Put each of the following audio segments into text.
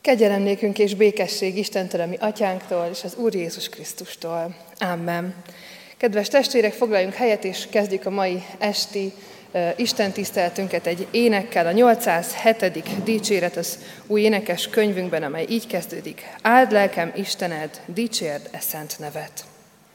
Kegyelem nékünk és békesség Istentől, a mi atyánktól, és az Úr Jézus Krisztustól. Amen. Kedves testvérek, foglaljunk helyet, és kezdjük a mai esti Isten tiszteletünket egy énekkel, a 807. dicséret az új énekes könyvünkben, amely így kezdődik. Áld lelkem Istened, dicsérd e szent nevet.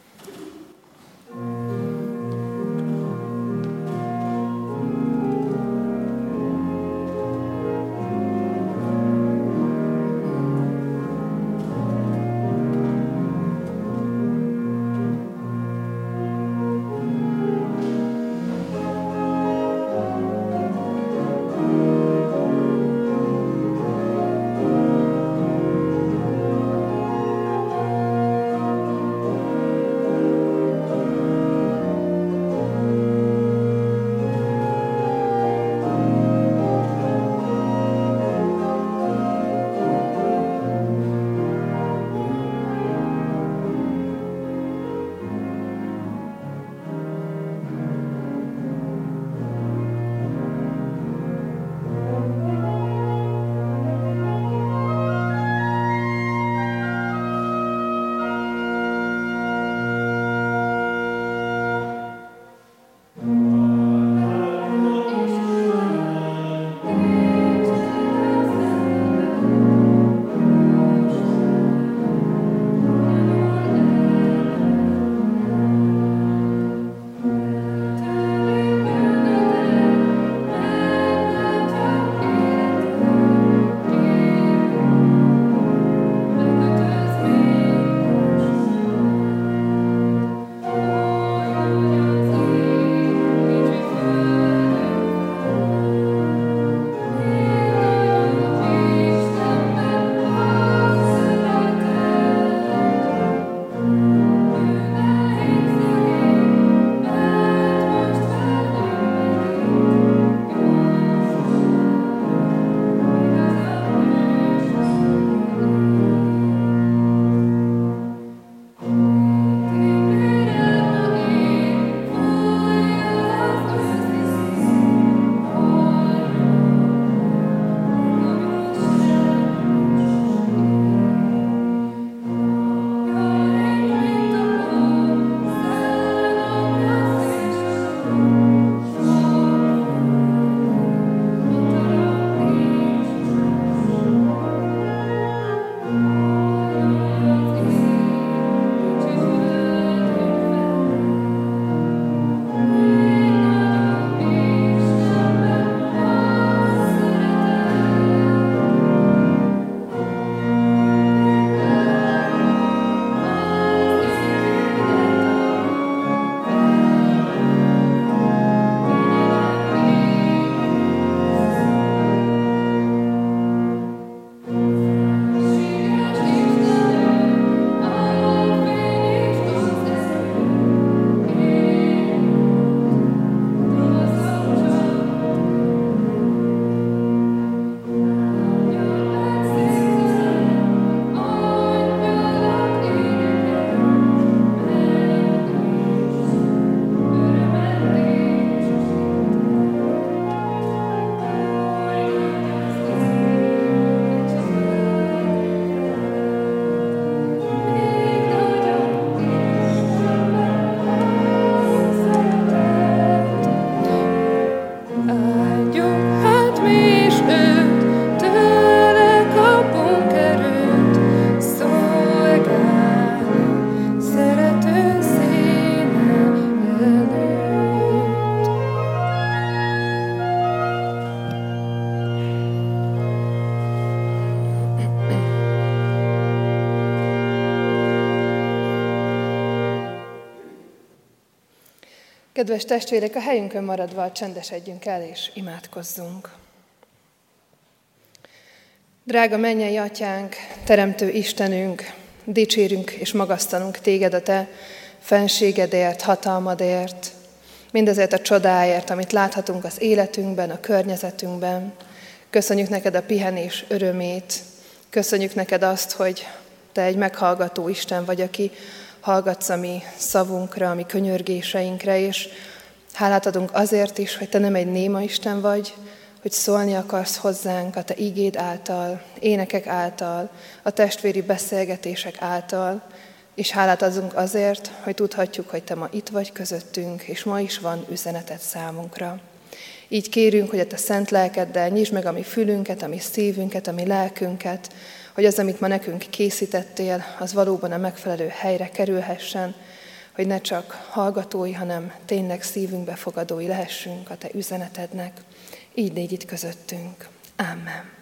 Kedves testvérek, a helyünkön maradva csendesedjünk el és imádkozzunk. Drága mennyei Atyánk, Teremtő Istenünk, dicsérünk és magasztalunk Téged a Te fenségedért, hatalmadért, mindezért a csodáért, amit láthatunk az életünkben, a környezetünkben. Köszönjük neked a pihenés örömét, köszönjük neked azt, hogy Te egy meghallgató Isten vagy, aki hallgatsz a mi szavunkra, a mi könyörgéseinkre, és hálát adunk azért is, hogy Te nem egy néma Isten vagy, hogy szólni akarsz hozzánk a Te igéd által, énekek által, a testvéri beszélgetések által, és hálát adunk azért, hogy tudhatjuk, hogy Te ma itt vagy közöttünk, és ma is van üzeneted számunkra. Így kérünk, hogy a Te szent lelkeddel nyisd meg a mi fülünket, a mi szívünket, a mi lelkünket, hogy az, amit ma nekünk készítettél, az valóban a megfelelő helyre kerülhessen, hogy ne csak hallgatói, hanem tényleg szívünkbe fogadói lehessünk a Te üzenetednek. Így légy itt közöttünk. Amen.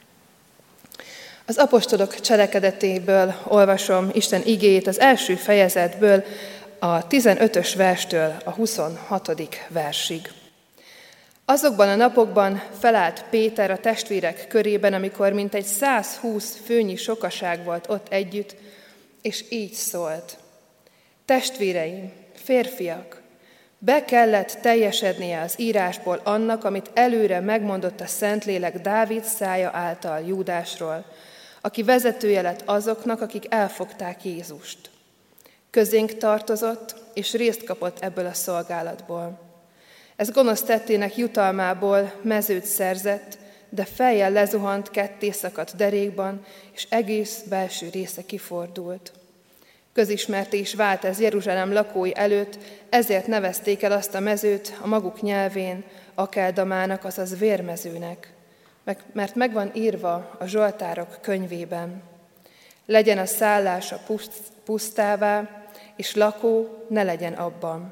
Az apostolok cselekedetéből olvasom Isten igéjét az első fejezetből, a 15-ös verstől a 26. versig. Azokban a napokban felállt Péter a testvérek körében, amikor mintegy 120 főnyi sokaság volt ott együtt, és így szólt: Testvéreim, férfiak, be kellett teljesednie az írásból annak, amit előre megmondott a Szentlélek Dávid szája által Júdásról, aki vezetője lett azoknak, akik elfogták Jézust. Közénk tartozott, és részt kapott ebből a szolgálatból. Ez gonosz tettének jutalmából mezőt szerzett, de fejjel lezuhant ketté szakadt derékban, és egész belső része kifordult. Közismerté is vált ez Jeruzsálem lakói előtt, ezért nevezték el azt a mezőt a maguk nyelvén Akeldamának, azaz vérmezőnek, mert meg van írva a Zsoltárok könyvében. Legyen a szállása pusztává, és lakó ne legyen abban,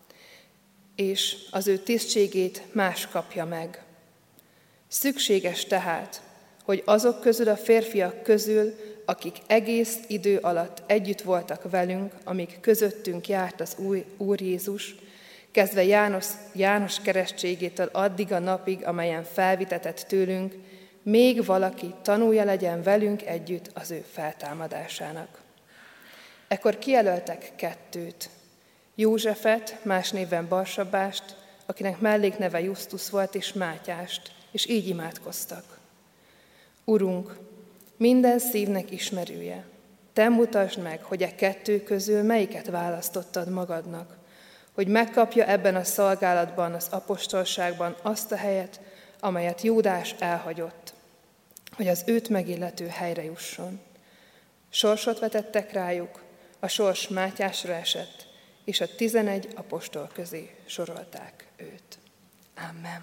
és az ő tisztségét más kapja meg. Szükséges tehát, hogy azok közül a férfiak közül, akik egész idő alatt együtt voltak velünk, amíg közöttünk járt az Úr Jézus, kezdve János keresztségétől addig a napig, amelyen felvitetett tőlünk, még valaki tanúja legyen velünk együtt az ő feltámadásának. Ekkor kijelöltek 2, Józsefet, más néven Barsabbást, akinek mellékneve Justus volt, és Mátyást, és így imádkoztak. Urunk, minden szívnek ismerője, Te mutasd meg, hogy e 2 közül melyiket választottad magadnak, hogy megkapja ebben a szolgálatban, az apostolságban azt a helyet, amelyet Júdás elhagyott, hogy az őt megillető helyre jusson. Sorsot vetettek rájuk, a sors Mátyásra esett, és a 11 apostol közé sorolták őt. Amen.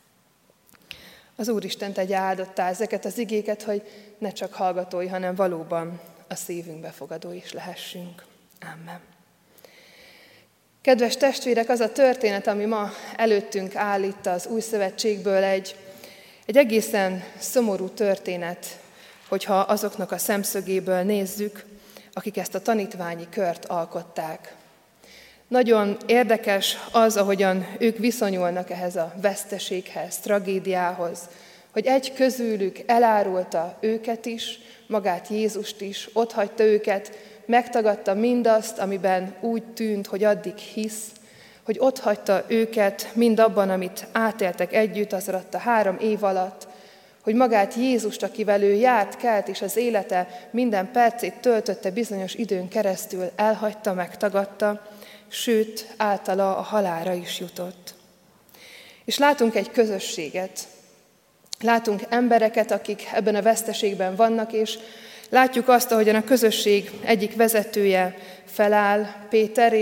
Az Úristen tegye áldottá ezeket az igéket, hogy ne csak hallgatói, hanem valóban a szívünkbe fogadói is lehessünk. Amen. Kedves testvérek, az a történet, ami ma előttünk áll itt az Új Szövetségből, egy egészen szomorú történet, hogyha azoknak a szemszögéből nézzük, akik ezt a tanítványi kört alkották. Nagyon érdekes az, ahogyan ők viszonyulnak ehhez a veszteséghez, tragédiához, hogy egy közülük elárulta őket is, magát Jézust is, otthagyta őket, megtagadta mindazt, amiben úgy tűnt, hogy addig hisz, hogy otthagyta őket mindabban, amit átéltek együtt az alatt a 3 év alatt, hogy magát Jézust, akivel ő járt, kelt, és az élete minden percét töltötte bizonyos időn keresztül, elhagyta, megtagadta, sőt, általa a halálra is jutott. És látunk egy közösséget, látunk embereket, akik ebben a veszteségben vannak, és látjuk azt, ahogyan a közösség egyik vezetője feláll, Péter,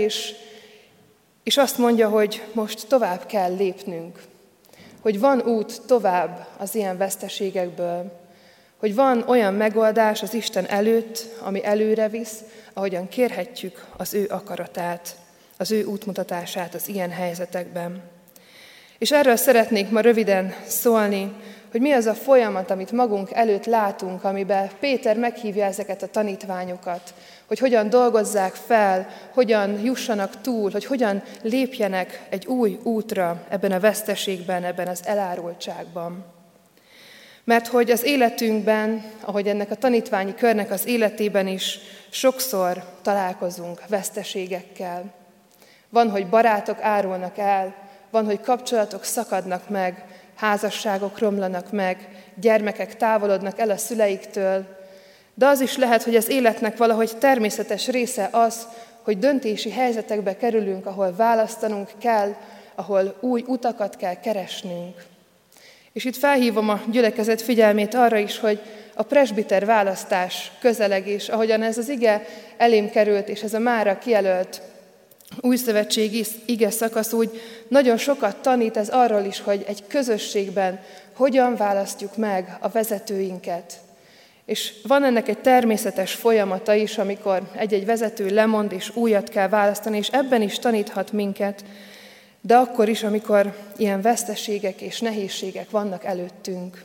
és azt mondja, hogy most tovább kell lépnünk, hogy van út tovább az ilyen veszteségekből, hogy van olyan megoldás az Isten előtt, ami előre visz, ahogyan kérhetjük az ő akaratát, az ő útmutatását az ilyen helyzetekben. És erről szeretnék ma röviden szólni, hogy mi az a folyamat, amit magunk előtt látunk, amiben Péter meghívja ezeket a tanítványokat, hogy hogyan dolgozzák fel, hogyan jussanak túl, hogy hogyan lépjenek egy új útra ebben a veszteségben, ebben az elárultságban. Mert hogy az életünkben, ahogy ennek a tanítványi körnek az életében is sokszor találkozunk veszteségekkel. Van, hogy barátok árulnak el, van, hogy kapcsolatok szakadnak meg, házasságok romlanak meg, gyermekek távolodnak el a szüleiktől, de az is lehet, hogy az életnek valahogy természetes része az, hogy döntési helyzetekbe kerülünk, ahol választanunk kell, ahol új utakat kell keresnünk. És itt felhívom a gyülekezet figyelmét arra is, hogy a presbiter választás közeleg is, ahogyan ez az ige elém került, és ez a mára kijelölt újszövetségi ige szakasz úgy nagyon sokat tanít ez arról is, hogy egy közösségben hogyan választjuk meg a vezetőinket. És van ennek egy természetes folyamata is, amikor egy-egy vezető lemond, és újat kell választani, és ebben is taníthat minket, de akkor is, amikor ilyen veszteségek és nehézségek vannak előttünk.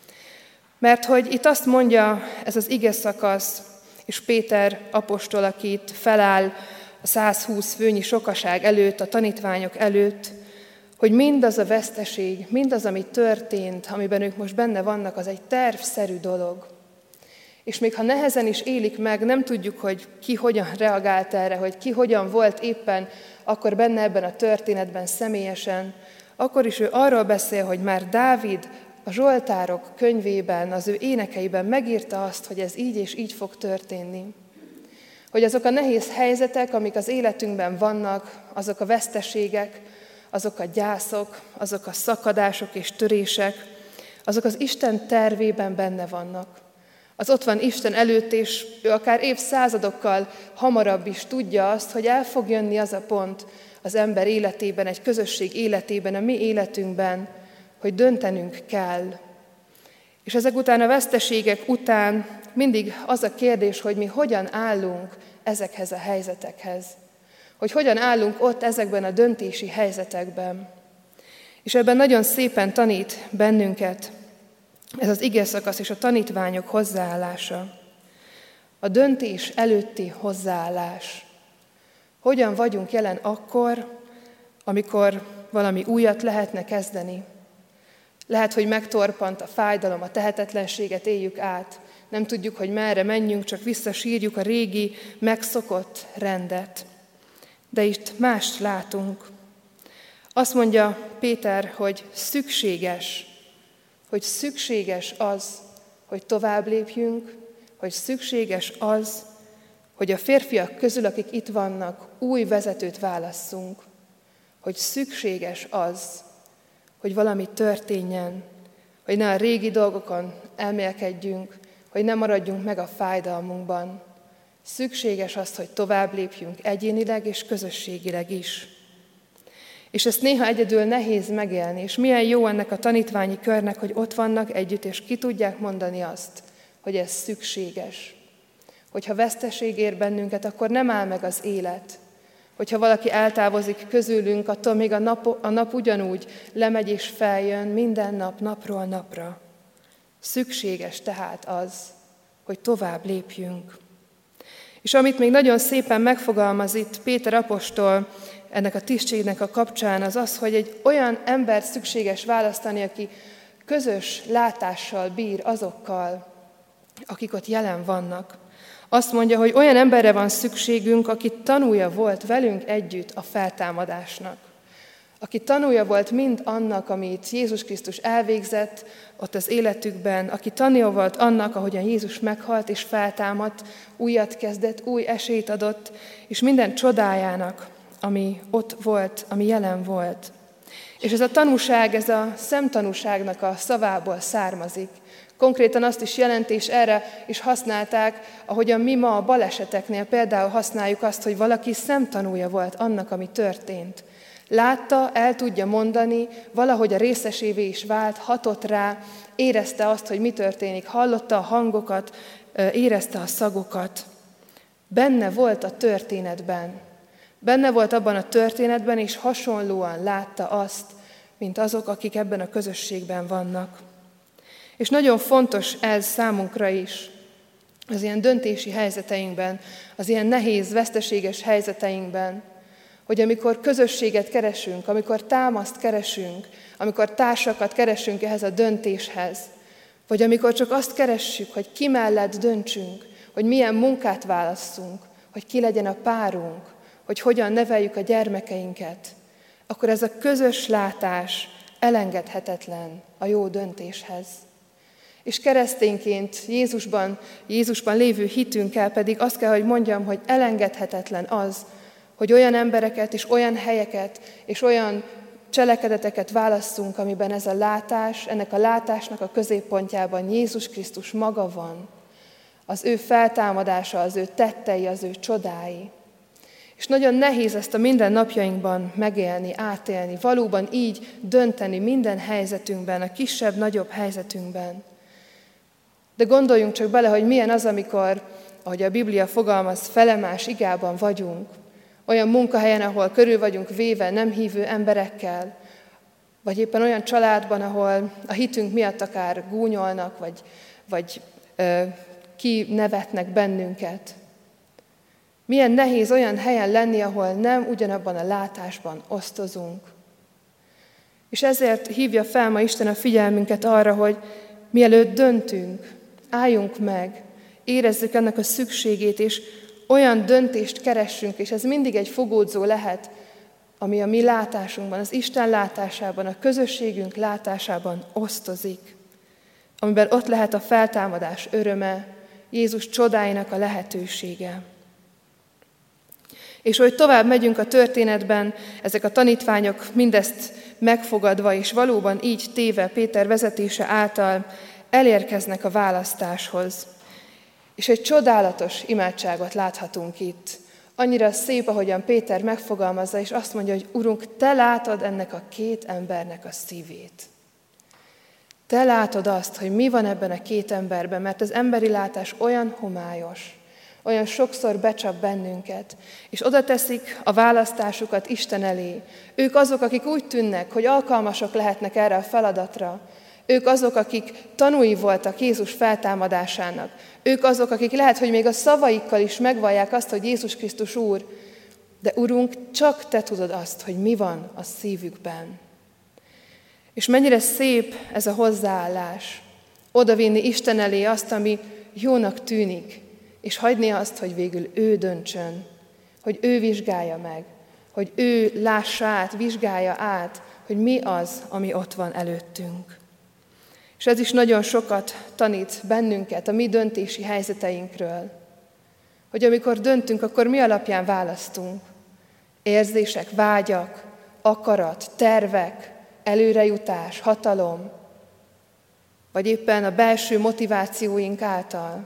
Mert hogy itt azt mondja ez az ige szakasz, és Péter apostol, aki itt feláll a 120 főnyi sokaság előtt, a tanítványok előtt, hogy mindaz a veszteség, mindaz, ami történt, amiben ők most benne vannak, az egy tervszerű dolog. És még ha nehezen is élik meg, nem tudjuk, hogy ki hogyan reagált erre, hogy ki hogyan volt éppen akkor benne ebben a történetben személyesen, akkor is ő arról beszél, hogy már Dávid a Zsoltárok könyvében, az ő énekeiben megírta azt, hogy ez így és így fog történni. Hogy azok a nehéz helyzetek, amik az életünkben vannak, azok a veszteségek, azok a gyászok, azok a szakadások és törések, azok az Isten tervében benne vannak. Az ott van Isten előtt, és ő akár évszázadokkal hamarabb is tudja azt, hogy el fog jönni az a pont az ember életében, egy közösség életében, a mi életünkben, hogy döntenünk kell. És ezek után, a veszteségek után mindig az a kérdés, hogy mi hogyan állunk ezekhez a helyzetekhez. Hogy hogyan állunk ott ezekben a döntési helyzetekben. És ebben nagyon szépen tanít bennünket ez az ige szakasz és a tanítványok hozzáállása. A döntés előtti hozzáállás. Hogyan vagyunk jelen akkor, amikor valami újat lehetne kezdeni. Lehet, hogy megtorpant a fájdalom, a tehetetlenséget éljük át. Nem tudjuk, hogy merre menjünk, csak visszasírjuk a régi, megszokott rendet. De itt mást látunk. Azt mondja Péter, hogy szükséges az, hogy tovább lépjünk, hogy szükséges az, hogy a férfiak közül, akik itt vannak, új vezetőt válasszunk, hogy szükséges az, hogy valami történjen, hogy ne a régi dolgokon elmélkedjünk, hogy ne maradjunk meg a fájdalmunkban. Szükséges az, hogy tovább lépjünk egyénileg és közösségileg is. És ezt néha egyedül nehéz megélni, és milyen jó ennek a tanítványi körnek, hogy ott vannak együtt, és ki tudják mondani azt, hogy ez szükséges. Hogyha veszteség ér bennünket, akkor nem áll meg az élet. Hogyha valaki eltávozik közülünk, attól még a nap ugyanúgy lemegy és feljön minden nap, napról napra. Szükséges tehát az, hogy tovább lépjünk. És amit még nagyon szépen megfogalmaz itt Péter apostol ennek a tisztségnek a kapcsán, az az, hogy egy olyan embert szükséges választani, aki közös látással bír azokkal, akik ott jelen vannak. Azt mondja, hogy olyan emberre van szükségünk, aki tanúja volt velünk együtt a feltámadásnak. Aki tanúja volt mind annak, amit Jézus Krisztus elvégzett ott az életükben, aki tanúja volt annak, ahogyan Jézus meghalt és feltámadt, újat kezdett, új esélyt adott, és minden csodájának, ami ott volt, ami jelen volt. És ez a tanúság, ez a szemtanúságnak a szavából származik. Konkrétan azt is jelenti, és erre is használták, ahogyan mi ma a baleseteknél például használjuk azt, hogy valaki szemtanúja volt annak, ami történt. Látta, el tudja mondani, valahogy a részesévé is vált, hatott rá, érezte azt, hogy mi történik, hallotta a hangokat, érezte a szagokat. Benne volt a történetben. Benne volt abban a történetben, és hasonlóan látta azt, mint azok, akik ebben a közösségben vannak. És nagyon fontos ez számunkra is, az ilyen döntési helyzeteinkben, az ilyen nehéz, veszteséges helyzeteinkben, hogy amikor közösséget keresünk, amikor támaszt keresünk, amikor társakat keresünk ehhez a döntéshez, vagy amikor csak azt keressük, hogy ki mellett döntsünk, hogy milyen munkát válasszunk, hogy ki legyen a párunk, hogy hogyan neveljük a gyermekeinket, akkor ez a közös látás elengedhetetlen a jó döntéshez. És keresztényként Jézusban lévő hitünkkel pedig azt kell, hogy mondjam, hogy elengedhetetlen az, hogy olyan embereket és olyan helyeket és olyan cselekedeteket válasszunk, amiben ez a látás, ennek a látásnak a középpontjában Jézus Krisztus maga van. Az ő feltámadása, az ő tettei, az ő csodái. És nagyon nehéz ezt a mindennapjainkban megélni, átélni, valóban így dönteni minden helyzetünkben, a kisebb-nagyobb helyzetünkben. De gondoljunk csak bele, hogy milyen az, amikor, ahogy a Biblia fogalmaz, felemás igában vagyunk, olyan munkahelyen, ahol körül vagyunk véve nem hívő emberekkel, vagy éppen olyan családban, ahol a hitünk miatt akár gúnyolnak, vagy kinevetnek bennünket. Milyen nehéz olyan helyen lenni, ahol nem ugyanabban a látásban osztozunk. És ezért hívja fel ma Isten a figyelmünket arra, hogy mielőtt döntünk, álljunk meg, érezzük ennek a szükségét, és olyan döntést keressünk, és ez mindig egy fogódzó lehet, ami a mi látásunkban, az Isten látásában, a közösségünk látásában osztozik, amiben ott lehet a feltámadás öröme, Jézus csodáinak a lehetősége. És hogy tovább megyünk a történetben, ezek a tanítványok mindezt megfogadva, és valóban így téve Péter vezetése által elérkeznek a választáshoz. És egy csodálatos imádságot láthatunk itt. Annyira szép, ahogyan Péter megfogalmazza, és azt mondja, hogy Urunk, Te látod ennek a két embernek a szívét. Te látod azt, hogy mi van ebben a két emberben, mert az emberi látás olyan homályos, olyan sokszor becsap bennünket, és oda teszik a választásukat Isten elé. Ők azok, akik úgy tűnnek, hogy alkalmasok lehetnek erre a feladatra. Ők azok, akik tanúi voltak Jézus feltámadásának. Ők azok, akik lehet, hogy még a szavaikkal is megvallják azt, hogy Jézus Krisztus Úr, de Urunk, csak Te tudod azt, hogy mi van a szívükben. És mennyire szép ez a hozzáállás, odavinni Isten elé azt, ami jónak tűnik, és hagyni azt, hogy végül ő döntsön, hogy ő vizsgálja meg, hogy ő lássa át, vizsgálja át, hogy mi az, ami ott van előttünk. És ez is nagyon sokat tanít bennünket a mi döntési helyzeteinkről, hogy amikor döntünk, akkor mi alapján választunk. Érzések, vágyak, akarat, tervek, előrejutás, hatalom, vagy éppen a belső motivációink által.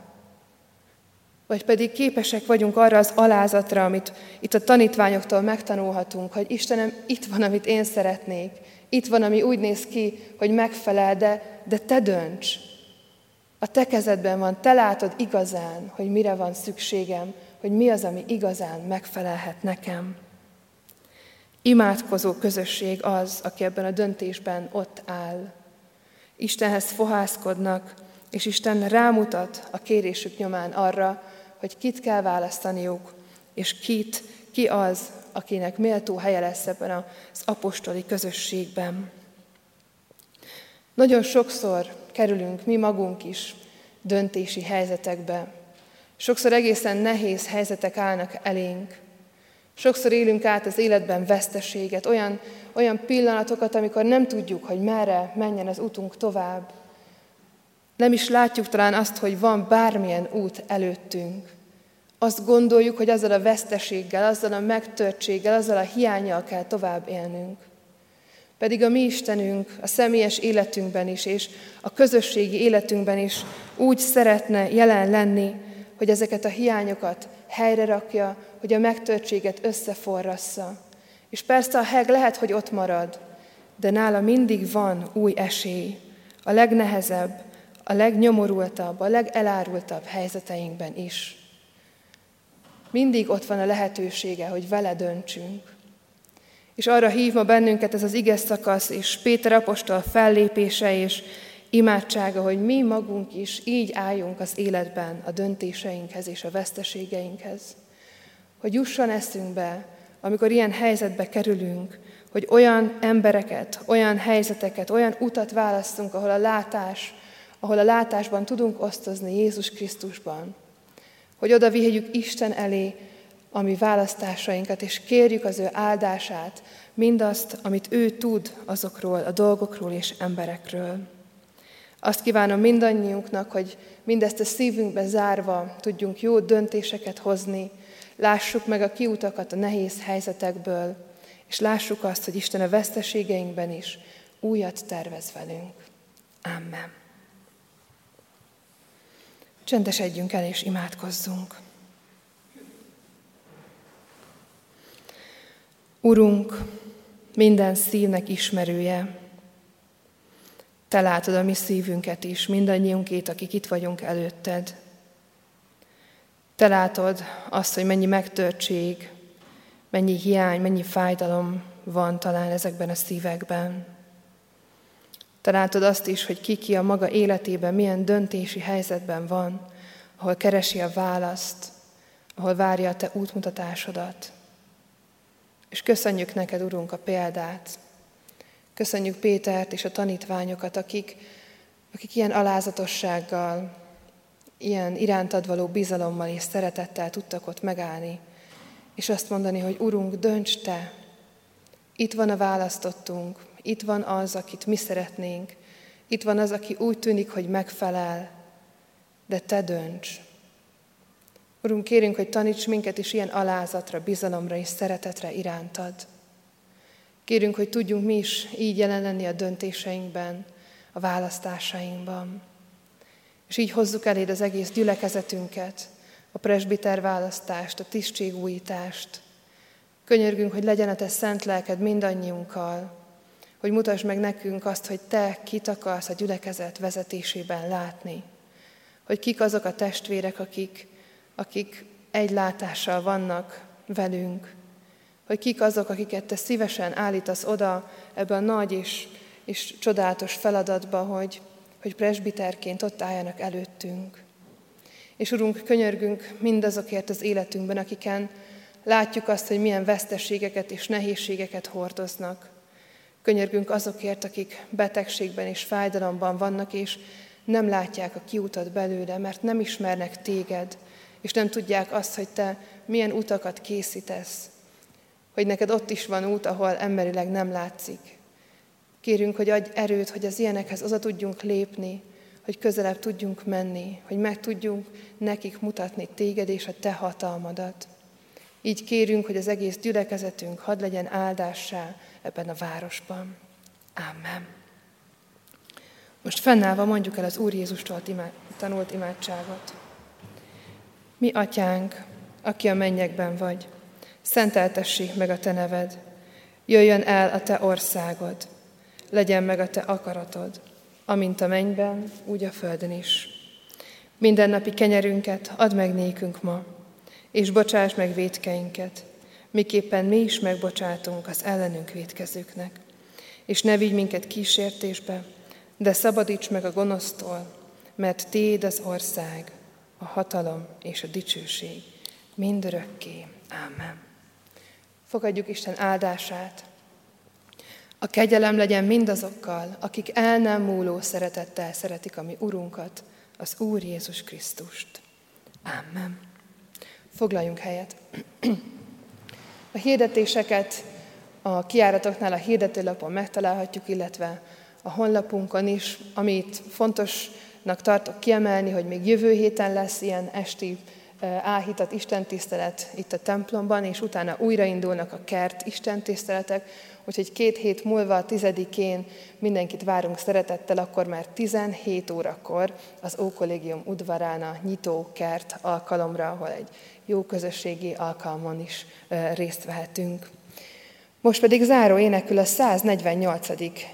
Vagy pedig képesek vagyunk arra az alázatra, amit itt a tanítványoktól megtanulhatunk, hogy Istenem, itt van, amit én szeretnék, itt van, ami úgy néz ki, hogy megfelel, de Te dönts. A Te kezedben van, Te látod igazán, hogy mire van szükségem, hogy mi az, ami igazán megfelelhet nekem. Imádkozó közösség az, aki ebben a döntésben ott áll. Istenhez fohászkodnak, és Isten rámutat a kérésük nyomán arra, hogy kit kell választaniuk, és ki az, akinek méltó helye lesz ebben az apostoli közösségben. Nagyon sokszor kerülünk mi magunk is döntési helyzetekbe. Sokszor egészen nehéz helyzetek állnak elénk. Sokszor élünk át az életben veszteséget, olyan pillanatokat, amikor nem tudjuk, hogy merre menjen az utunk tovább. Nem is látjuk talán azt, hogy van bármilyen út előttünk. Azt gondoljuk, hogy azzal a veszteséggel, azzal a megtörtséggel, azzal a hiánnyal kell tovább élnünk. Pedig a mi Istenünk a személyes életünkben is, és a közösségi életünkben is úgy szeretne jelen lenni, hogy ezeket a hiányokat helyre rakja, hogy a megtörtséget összeforrassza. És persze a heg lehet, hogy ott marad, de nála mindig van új esély. A legnehezebb, a legnyomorultabb, a legelárultabb helyzeteinkben is. Mindig ott van a lehetősége, hogy vele döntsünk. És arra hív ma bennünket ez az ige szakasz, és Péter apostol fellépése és imádsága, hogy mi magunk is így álljunk az életben a döntéseinkhez és a veszteségeinkhez. Hogy jusson eszünkbe, amikor ilyen helyzetbe kerülünk, hogy olyan embereket, olyan helyzeteket, olyan utat választunk, ahol a látásban tudunk osztozni Jézus Krisztusban. Hogy oda vigyük Isten elé a mi választásainkat, és kérjük az ő áldását, mindazt, amit ő tud azokról a dolgokról és emberekről. Azt kívánom mindannyiunknak, hogy mindezt a szívünkbe zárva tudjunk jó döntéseket hozni, lássuk meg a kiutakat a nehéz helyzetekből, és lássuk azt, hogy Isten a veszteségeinkben is újat tervez velünk. Amen. Csendesedjünk el és imádkozzunk. Urunk, minden szívnek ismerője, Te látod a mi szívünket is, mindannyiunkét, akik itt vagyunk előtted. Te látod azt, hogy mennyi megtörtség, mennyi hiány, mennyi fájdalom van talán ezekben a szívekben. Te látod azt is, hogy ki a maga életében milyen döntési helyzetben van, ahol keresi a választ, ahol várja a Te útmutatásodat. És köszönjük neked, Urunk, a példát. Köszönjük Pétert és a tanítványokat, akik ilyen alázatossággal, ilyen irántad való bizalommal és szeretettel tudtak ott megállni, és azt mondani, hogy Urunk, dönts Te, itt van a választottunk, itt van az, akit mi szeretnénk, itt van az, aki úgy tűnik, hogy megfelel, de Te dönts. Urunk, kérünk, hogy taníts minket is ilyen alázatra, bizalomra és szeretetre irántad. Kérünk, hogy tudjunk mi is így jelen lenni a döntéseinkben, a választásainkban. És így hozzuk eléd az egész gyülekezetünket, a presbiter választást, a tisztségújítást. Könyörgünk, hogy legyen a Te szent lelked mindannyiunkkal, hogy mutasd meg nekünk azt, hogy Te kit akarsz a gyülekezet vezetésében látni. Hogy kik azok a testvérek, akik egy látással vannak velünk. Hogy kik azok, akiket Te szívesen állítasz oda ebbe a nagy és csodálatos feladatba, hogy presbiterként ott álljanak előttünk. És Urunk, könyörgünk mindazokért az életünkben, akiken látjuk azt, hogy milyen veszteségeket és nehézségeket hordoznak. Könyörgünk azokért, akik betegségben és fájdalomban vannak, és nem látják a kiutat belőle, mert nem ismernek Téged, és nem tudják azt, hogy Te milyen utakat készítesz, hogy neked ott is van út, ahol emberileg nem látszik. Kérünk, hogy adj erőt, hogy az ilyenekhez oda tudjunk lépni, hogy közelebb tudjunk menni, hogy meg tudjunk nekik mutatni Téged és a Te hatalmadat. Így kérünk, hogy az egész gyülekezetünk hadd legyen áldássá ebben a városban. Amen. Most fennállva mondjuk el az Úr Jézustól tanult imádságot. Mi atyánk, aki a mennyekben vagy, szenteltessék meg a Te neved, jöjjön el a Te országod, legyen meg a Te akaratod, amint a mennyben, úgy a földön is. Mindennapi kenyerünket add meg nékünk ma, és bocsáss meg vétkeinket, miképpen mi is megbocsátunk az ellenünk vétkezőknek. És ne vigy minket kísértésbe, de szabadíts meg a gonosztól, mert Tiéd az ország, a hatalom és a dicsőség mindörökké. Ámen. Fogadjuk Isten áldását. A kegyelem legyen mindazokkal, akik el nem múló szeretettel szeretik a mi Urunkat, az Úr Jézus Krisztust. Amen. Foglaljunk helyet. A hirdetéseket a kijáratoknál a hirdetőlapon megtalálhatjuk, illetve a honlapunkon is, amit fontosnak tartok kiemelni, hogy még jövő héten lesz ilyen esti áhítat istentisztelet itt a templomban, és utána újraindulnak a kert istentiszteletek, úgyhogy 2 hét múlva, a 10-én mindenkit várunk szeretettel, akkor már 17 órakor az Ókollégium udvarán a nyitó kert alkalomra, ahol egy jó közösségi alkalmon is részt vehetünk. Most pedig záró énekül a 148.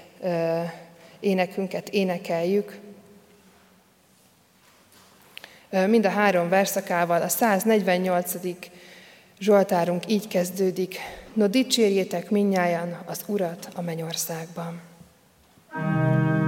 énekünket énekeljük. Mind a 3 verszakával. A 148. zsoltárunk így kezdődik. No, dicsérjétek mindnyájan az Urat a mennyországban.